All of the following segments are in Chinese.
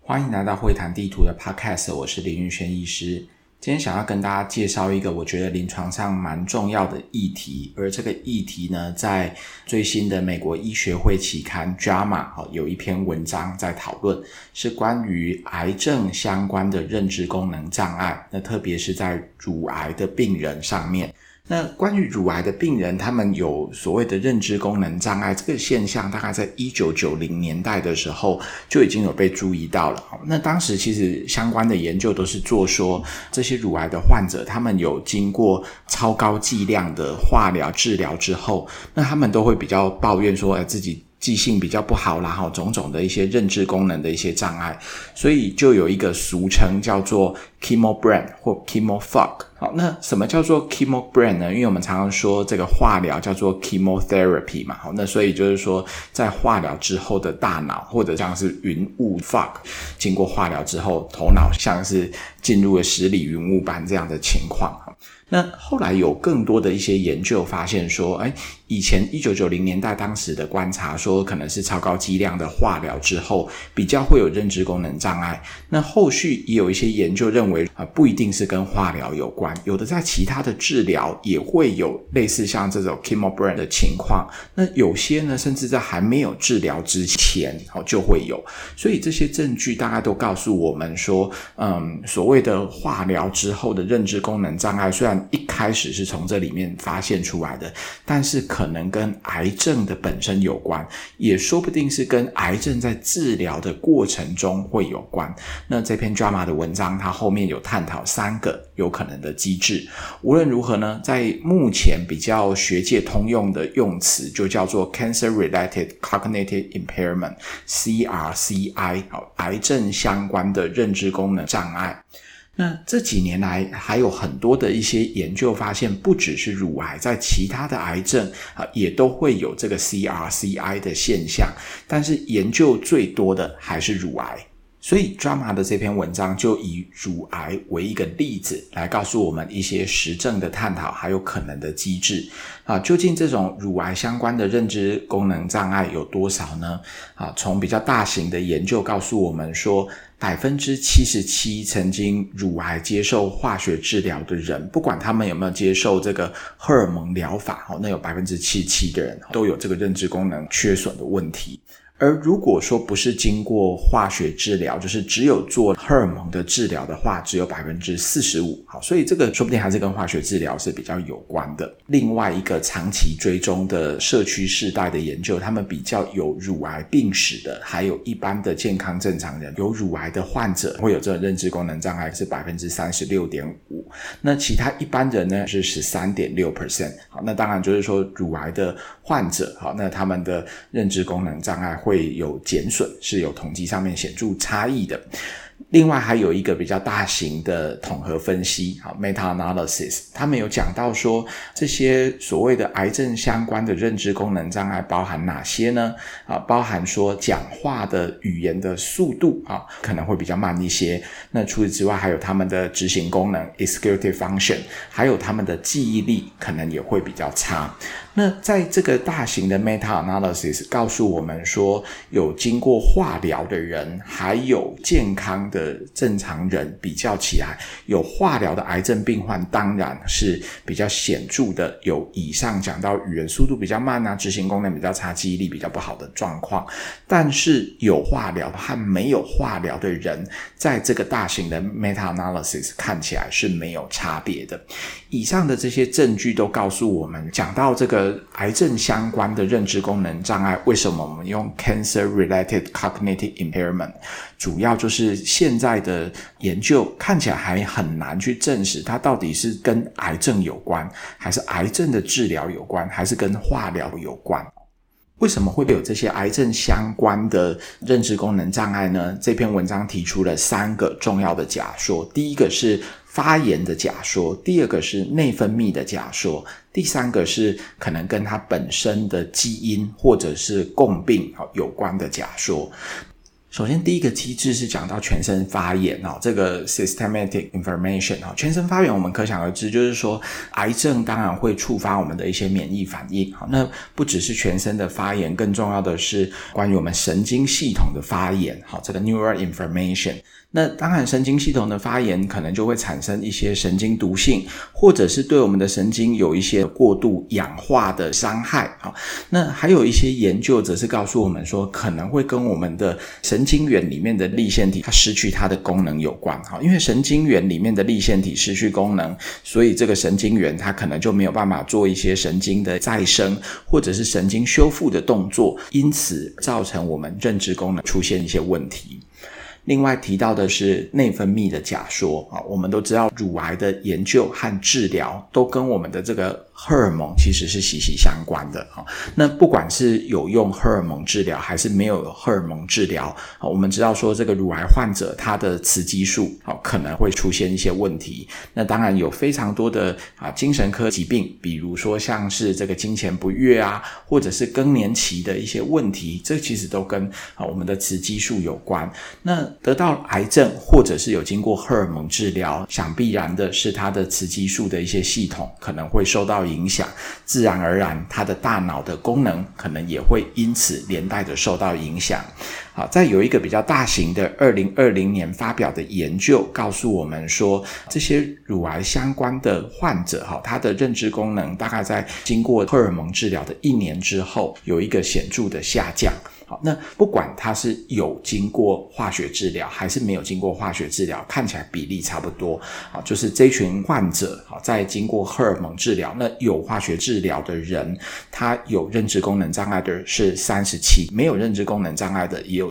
欢迎来到会谈地图的 Podcast， 我是林云轩医师。今天想要跟大家介绍一个我觉得临床上蛮重要的议题，而这个议题呢，在最新的美国医学会期刊 JAMA 有一篇文章在讨论，是关于癌症相关的认知功能障碍，那特别是在乳癌的病人上面。那关于乳癌的病人，他们有所谓的认知功能障碍这个现象，大概在1990年代的时候就已经有被注意到了。那当时其实相关的研究都是做说，这些乳癌的患者，他们有经过超高剂量的化疗治疗之后，那他们都会比较抱怨说，自己记性比较不好啦，种种的一些认知功能的一些障碍，所以就有一个俗称叫做 chemo brain 或 chemo fog。好，那什么叫做 chemo brain 呢？因为我们常常说这个化疗叫做 chemotherapy 嘛，好，那所以就是说在化疗之后的大脑，或者像是云雾 fog， 经过化疗之后头脑像是进入了十里云雾般这样的情况。那后来有更多的一些研究发现说，以前1990年代当时的观察说，可能是超高剂量的化疗之后比较会有认知功能障碍。那后续也有一些研究认为，不一定是跟化疗有关，有的在其他的治疗也会有类似像这种 chemo brain 的情况。那有些呢，甚至在还没有治疗之前就会有。所以这些证据大概都告诉我们说，所谓的化疗之后的认知功能障碍，虽然一开始是从这里面发现出来的，但是可能跟癌症的本身有关，也说不定是跟癌症在治疗的过程中会有关。那这篇 JAMA 的文章它后面有探讨3个有可能的机制。无论如何呢，在目前比较学界通用的用词就叫做 Cancer Related Cognitive Impairment CRCI， 癌症相关的认知功能障碍。那这几年来还有很多的一些研究发现，不只是乳癌，在其他的癌症也都会有这个 CRCI 的现象，但是研究最多的还是乳癌。所以 JAMA 的这篇文章就以乳癌为一个例子来告诉我们一些实证的探讨还有可能的机制。究竟这种乳癌相关的认知功能障碍有多少呢？从比较大型的研究告诉我们说，77%曾经乳癌接受化学治疗的人，不管他们有没有接受这个荷尔蒙疗法，那有 77% 的人都有这个认知功能缺损的问题。而如果说不是经过化学治疗，就是只有做荷尔蒙的治疗的话，只有 45%。 好，所以这个说不定还是跟化学治疗是比较有关的。另外一个长期追踪的社区世代的研究，他们比较有乳癌病史的，还有一般的健康正常人，有乳癌的患者会有这个认知功能障碍是 36.5%， 那其他一般人呢是 13.6%。 好，那当然就是说乳癌的患者，好，那他们的认知功能障碍会有减损，是有统计上面显著差异的。另外还有一个比较大型的统合分析 meta-analysis， 他们有讲到说这些所谓的癌症相关的认知功能障碍包含哪些呢？包含说讲话的语言的速度可能会比较慢一些，那除此之外还有他们的执行功能 executive function， 还有他们的记忆力可能也会比较差。那在这个大型的 meta-analysis 告诉我们说，有经过化疗的人还有健康的正常人比较起来，有化疗的癌症病患当然是比较显著的，有以上讲到语言速度比较慢执行功能比较差，记忆力比较不好的状况。但是有化疗和没有化疗的人，在这个大型的 meta-analysis 看起来是没有差别的。以上的这些证据都告诉我们，讲到这个癌症相关的认知功能障碍，为什么我们用 Cancer Related Cognitive Impairment， 主要就是现在的研究看起来还很难去证实它到底是跟癌症有关，还是癌症的治疗有关，还是跟化疗有关。为什么会有这些癌症相关的认知功能障碍呢？这篇文章提出了3个重要的假说。第一个是发炎的假说，第二个是内分泌的假说，第3个是可能跟它本身的基因或者是共病有关的假说。 首先第一个机制是讲到全身发炎这个 systematic inflammation 全身发炎我们可想而知，就是说癌症当然会触发我们的一些免疫反应，那不只是全身的发炎，更重要的是关于我们神经系统的发炎，这个 neural inflammation。那当然神经系统的发炎可能就会产生一些神经毒性，或者是对我们的神经有一些过度氧化的伤害。那还有一些研究则是告诉我们说，可能会跟我们的神经元里面的粒线体它失去它的功能有关。因为神经元里面的粒线体失去功能，所以这个神经元它可能就没有办法做一些神经的再生或者是神经修复的动作，因此造成我们认知功能出现一些问题。另外提到的是内分泌的假说，我们都知道乳癌的研究和治疗都跟我们的这个荷尔蒙其实是息息相关的。那不管是有用荷尔蒙治疗还是没有荷尔蒙治疗，我们知道说这个乳癌患者他的雌激素可能会出现一些问题。那当然有非常多的精神科疾病，比如说像是这个经前不悦或者是更年期的一些问题，这其实都跟我们的雌激素有关。那得到癌症或者是有经过荷尔蒙治疗，想必然的是他的雌激素的一些系统可能会受到影响，自然而然他的大脑的功能可能也会因此连带的受到影响。再有一个比较大型的2020年发表的研究告诉我们说，这些乳癌相关的患者他的认知功能大概在经过荷尔蒙治疗的1年之后有一个显著的下降。那不管他是有经过化学治疗还是没有经过化学治疗，看起来比例差不多，就是这群患者在经过荷尔蒙治疗，那有化学治疗的人他有认知功能障碍的是37%，没有认知功能障碍的也有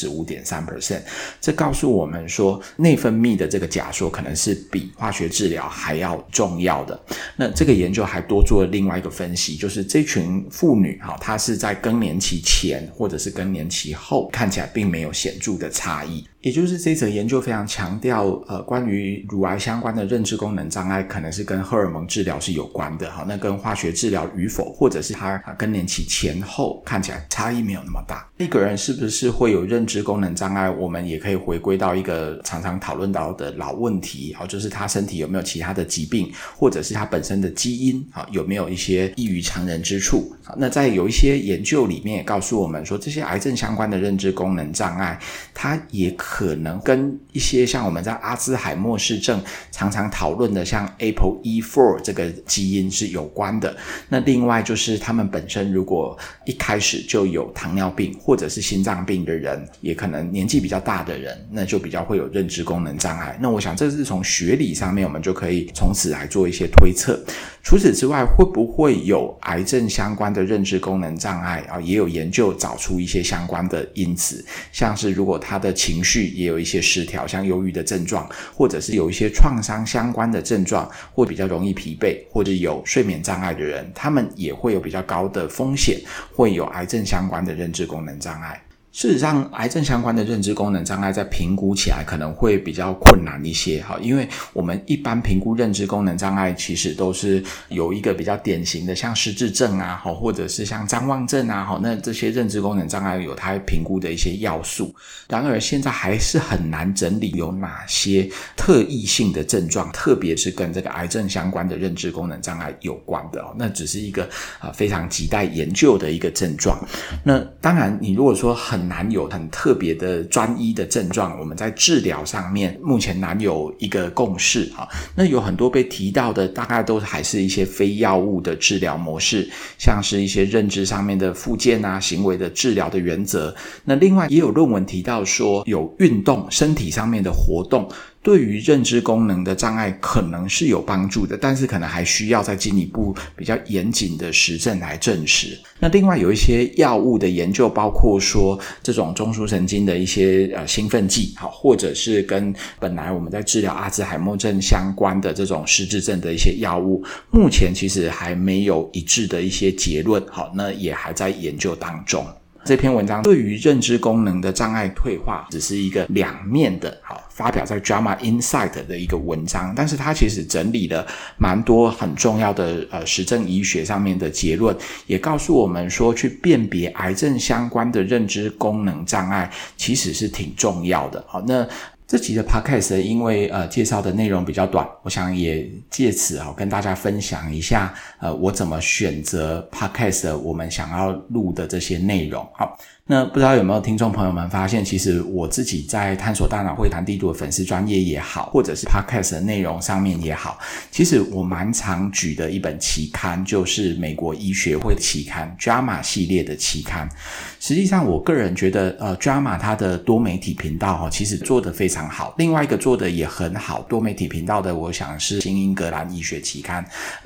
35.3%。 这告诉我们说内分泌的这个假说可能是比化学治疗还要重要的。那这个研究还多做了另外一个分析，就是这群妇女她是在更年期前或者是更年期后看起来并没有显著的差异。也就是这则研究非常强调关于乳癌相关的认知功能障碍可能是跟荷尔蒙治疗是有关的，那跟化学治疗与否或者是他更年期前后看起来差异没有那么大。一个人是不是会有认知功能障碍，我们也可以回归到一个常常讨论到的老问题，就是他身体有没有其他的疾病，或者是他本身的基因有没有一些异于常人之处。那在有一些研究里面也告诉我们说，这些癌症相关的认知功能障碍它也可能跟一些像我们在阿兹海默氏症常常讨论的像 APOE4 这个基因是有关的。那另外就是他们本身如果一开始就有糖尿病或者是心脏病的人，也可能年纪比较大的人，那就比较会有认知功能障碍。那我想这是从学理上面我们就可以从此来做一些推测。除此之外，会不会有癌症相关的认知功能障碍也有研究找出一些相关的因子，像是如果他的情绪也有一些失调，像忧郁的症状，或者是有一些创伤相关的症状，或比较容易疲惫，或者有睡眠障碍的人，他们也会有比较高的风险会有癌症相关的认知功能障碍。事实上癌症相关的认知功能障碍在评估起来可能会比较困难一些，因为我们一般评估认知功能障碍其实都是有一个比较典型的像失智症或者是像谵妄症那这些认知功能障碍有它评估的一些要素。然而现在还是很难整理有哪些特异性的症状，特别是跟这个癌症相关的认知功能障碍有关的，那只是一个非常亟待研究的一个症状。那当然你如果说很难有很特别的专一的症状，我们在治疗上面目前难有一个共识。那有很多被提到的大概都还是一些非药物的治疗模式，像是一些认知上面的复健行为的治疗的原则。那另外也有论文提到说有运动，身体上面的活动对于认知功能的障碍可能是有帮助的，但是可能还需要再进一步比较严谨的实证来证实。那另外有一些药物的研究，包括说这种中枢神经的一些兴奋剂，或者是跟本来我们在治疗阿兹海默症相关的这种失智症的一些药物，目前其实还没有一致的一些结论，那也还在研究当中。 这篇文章对于认知功能的障碍退化只是一个两面的发表在 JAMA Insight 的一个文章，但是它其实整理了蛮多很重要的实证医学上面的结论，也告诉我们说去辨别癌症相关的认知功能障碍其实是挺重要的。好，那这集的 podcast 因为介绍的内容比较短，我想也借此跟大家分享一下我怎么选择 podcast 我们想要录的这些内容。好，那不知道有没有听众朋友们发现，其实我自己在探索大脑会谈地图的粉丝专页也好，或者是 podcast 的内容上面也好，其实我蛮常举的一本期刊就是美国医学会的期刊 JAMA 系列的期刊。实际上我个人觉得JAMA 它的多媒体频道其实做得非常好，另外一个做得也很好多媒体频道的我想是新英格兰医学期刊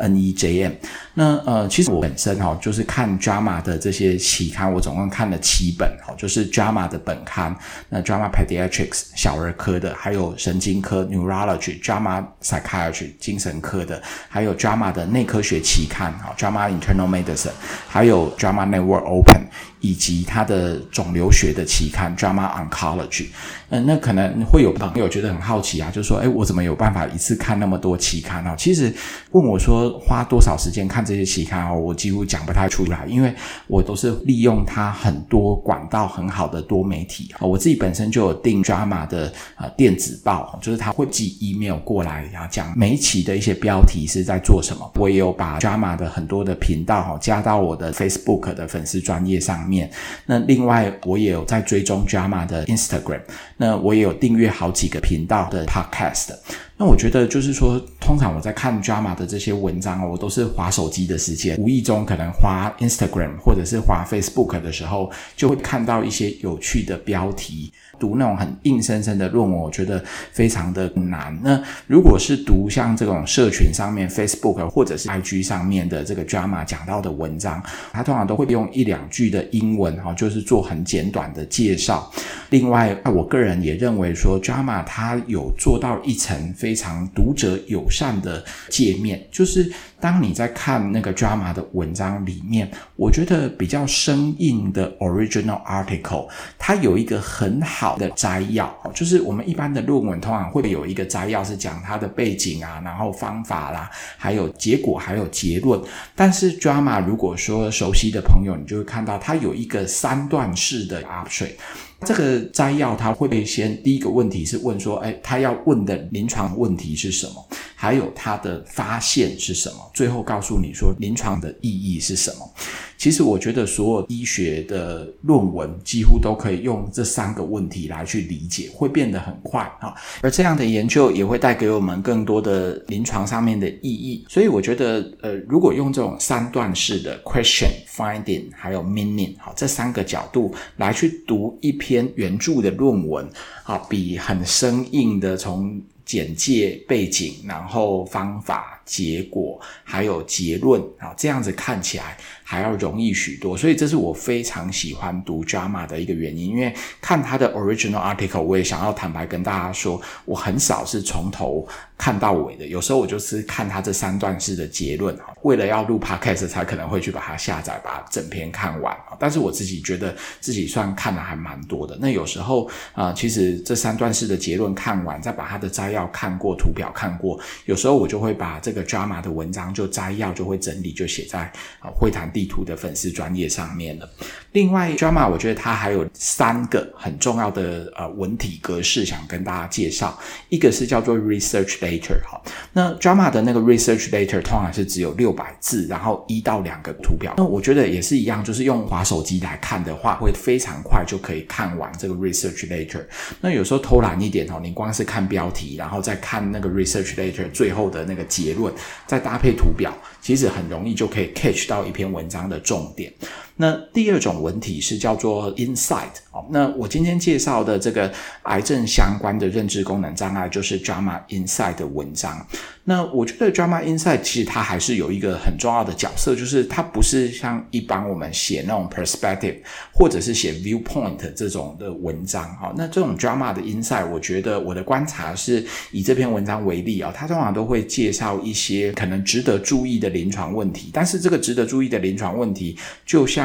NEJM。 那其实我本身就是看 JAMA 的这些期刊，我总共看了7本，就是 JAMA 的本刊，那 JAMA Pediatrics 小儿科的，还有神经科 Neurology JAMA Psychiatry 精神科的，还有 JAMA 的内科学期刊 JAMA Internal Medicine， 还有 JAMA Network Open， 以及它的肿瘤学的期刊 JAMA Oncology。那可能会有朋友觉得很好奇就是说我怎么有办法一次看那么多期刊其实问我说花多少时间看这些期刊我几乎讲不太出来，因为我都是利用它很多管道很好的多媒体我自己本身就有订 JAMA 的电子报，就是它会寄 email 过来讲每一期的一些标题是在做什么。我也有把 JAMA 的很多的频道加到我的 Facebook 的粉丝专页上面。那另外我也有在追踪 JAMA 的 Instagram， 那我也有订阅好几个频道的 podcast。那我觉得就是说通常我在看 JAMA 的这些文章我都是滑手机的时间，无意中可能滑 Instagram 或者是滑 Facebook 的时候就会看到一些有趣的标题。读那种很硬生生的论文我觉得非常的难。那如果是读像这种社群上面 Facebook 或者是 IG 上面的这个 JAMA 讲到的文章，它通常都会用1-2句的英文就是做很简短的介绍。另外我个人也认为说 JAMA 它有做到一层非常读者友善的界面，就是当你在看那个 JAMA 的文章里面，我觉得比较生硬的 original article 它有一个很好的摘要，就是我们一般的论文通常会有一个摘要是讲它的背景然后方法啦，还有结果还有结论。但是 JAMA 如果说熟悉的朋友你就会看到它有一个3段式的 abstract。这个摘要它会先第一个问题是问说他要问的临床问题是什么，还有他的发现是什么，最后告诉你说临床的意义是什么。其实我觉得所有医学的论文几乎都可以用这3个问题来去理解，会变得很快而这样的研究也会带给我们更多的临床上面的意义。所以我觉得如果用这种3段式的 question finding 还有 meaning 这3个角度来去读一篇原著的论文比很生硬的从简介背景然后方法结果还有结论这样子看起来还要容易许多。所以这是我非常喜欢读 JAMA 的一个原因，因为看它的 original article 我也想要坦白跟大家说我很少是从头看到尾的，有时候我就是看它这3段式的结论，为了要录 podcast 才可能会去把它下载把整篇看完，但是我自己觉得自己算看了还蛮多的。那有时候其实这3段式的结论看完再把它的摘要看过图表看过，有时候我就会把这个 JAMA 的文章就摘要就会整理就写在会谈地图的粉丝专页上面了。另外 JAMA 我觉得它还有3个很重要的文体格式想跟大家介绍，一个是叫做 research letter。 那 JAMA 的那个 research letter 通常是只有600字，然后1到2个图表。那我觉得也是一样，就是用滑手机来看的话会非常快就可以看完这个 research letter。 那有时候偷懒一点你光是看标题然后再看那个 research letter 最后的那个结论再搭配图表，其实很容易就可以 catch 到一篇文章的重点。那第2种文体是叫做 insight。 那我今天介绍的这个癌症相关的认知功能障碍就是 JAMA Insight 的文章。那我觉得 JAMA Insight 其实它还是有一个很重要的角色，就是它不是像一般我们写那种 perspective 或者是写 viewpoint 这种的文章。那这种 JAMA 的 Insight 我觉得我的观察是以这篇文章为例它通常都会介绍一些可能值得注意的临床问题，但是这个值得注意的临床问题就像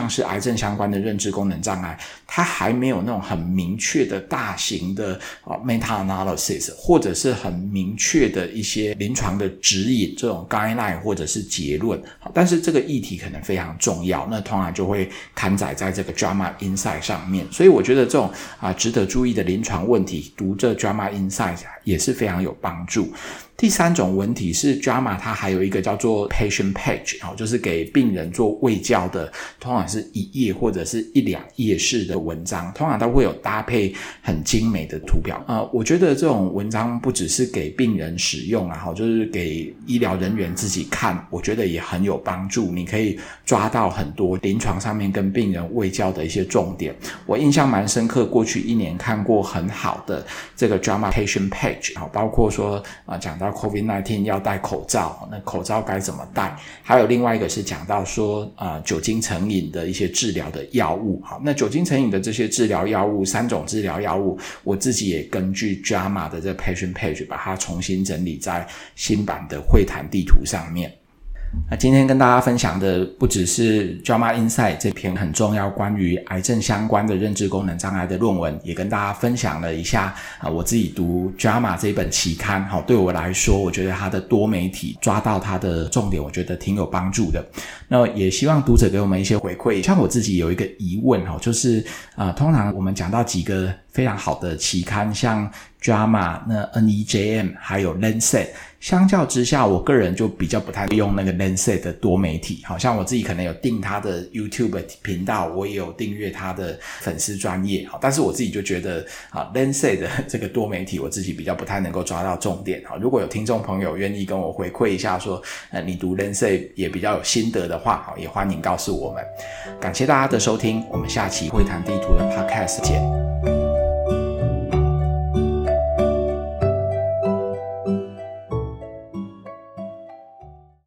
像是癌症相关的认知功能障碍，它还没有那种很明确的大型的meta-analysis 或者是很明确的一些临床的指引，这种 guideline 或者是结论。但是这个议题可能非常重要，那通常就会刊载在这个 JAMA Insight 上面。所以我觉得这种值得注意的临床问题，读这 JAMA Insight 也是非常有帮助。第三种文体是 JAMA 它还有一个叫做 patient page， 就是给病人做卫教的，通常是1页或者是1-2页式的文章，通常都会有搭配很精美的图表。我觉得这种文章不只是给病人使用就是给医疗人员自己看，我觉得也很有帮助，你可以抓到很多临床上面跟病人卫教的一些重点。我印象蛮深刻，过去1年看过很好的这个 JAMA patient page， 包括说讲到COVID-19 要戴口罩，那口罩该怎么戴，还有另外一个是讲到说酒精成瘾的一些治疗的药物。好，那酒精成瘾的这些治疗药物，3种治疗药物，我自己也根据 JAMA 的这 patient page 把它重新整理在新版的会谈地图上面。那今天跟大家分享的不只是 JAMA Insight 这篇很重要关于癌症相关的认知功能障碍的论文，也跟大家分享了一下我自己读 JAMA 这本期刊，对我来说我觉得它的多媒体抓到它的重点，我觉得挺有帮助的。那也希望读者给我们一些回馈。像我自己有一个疑问就是通常我们讲到几个非常好的期刊，像 JAMA 那 NEJM 还有 Lancet， 相较之下我个人就比较不太用那个 Lancet 的多媒体。好像我自己可能有订他的 YouTube 频道，我也有订阅他的粉丝专页，但是我自己就觉得Lancet 的这个多媒体我自己比较不太能够抓到重点。如果有听众朋友愿意跟我回馈一下说你读 Lancet 也比较有心得的话，也欢迎告诉我们。感谢大家的收听，我们下期会谈地图的 Podcast 见。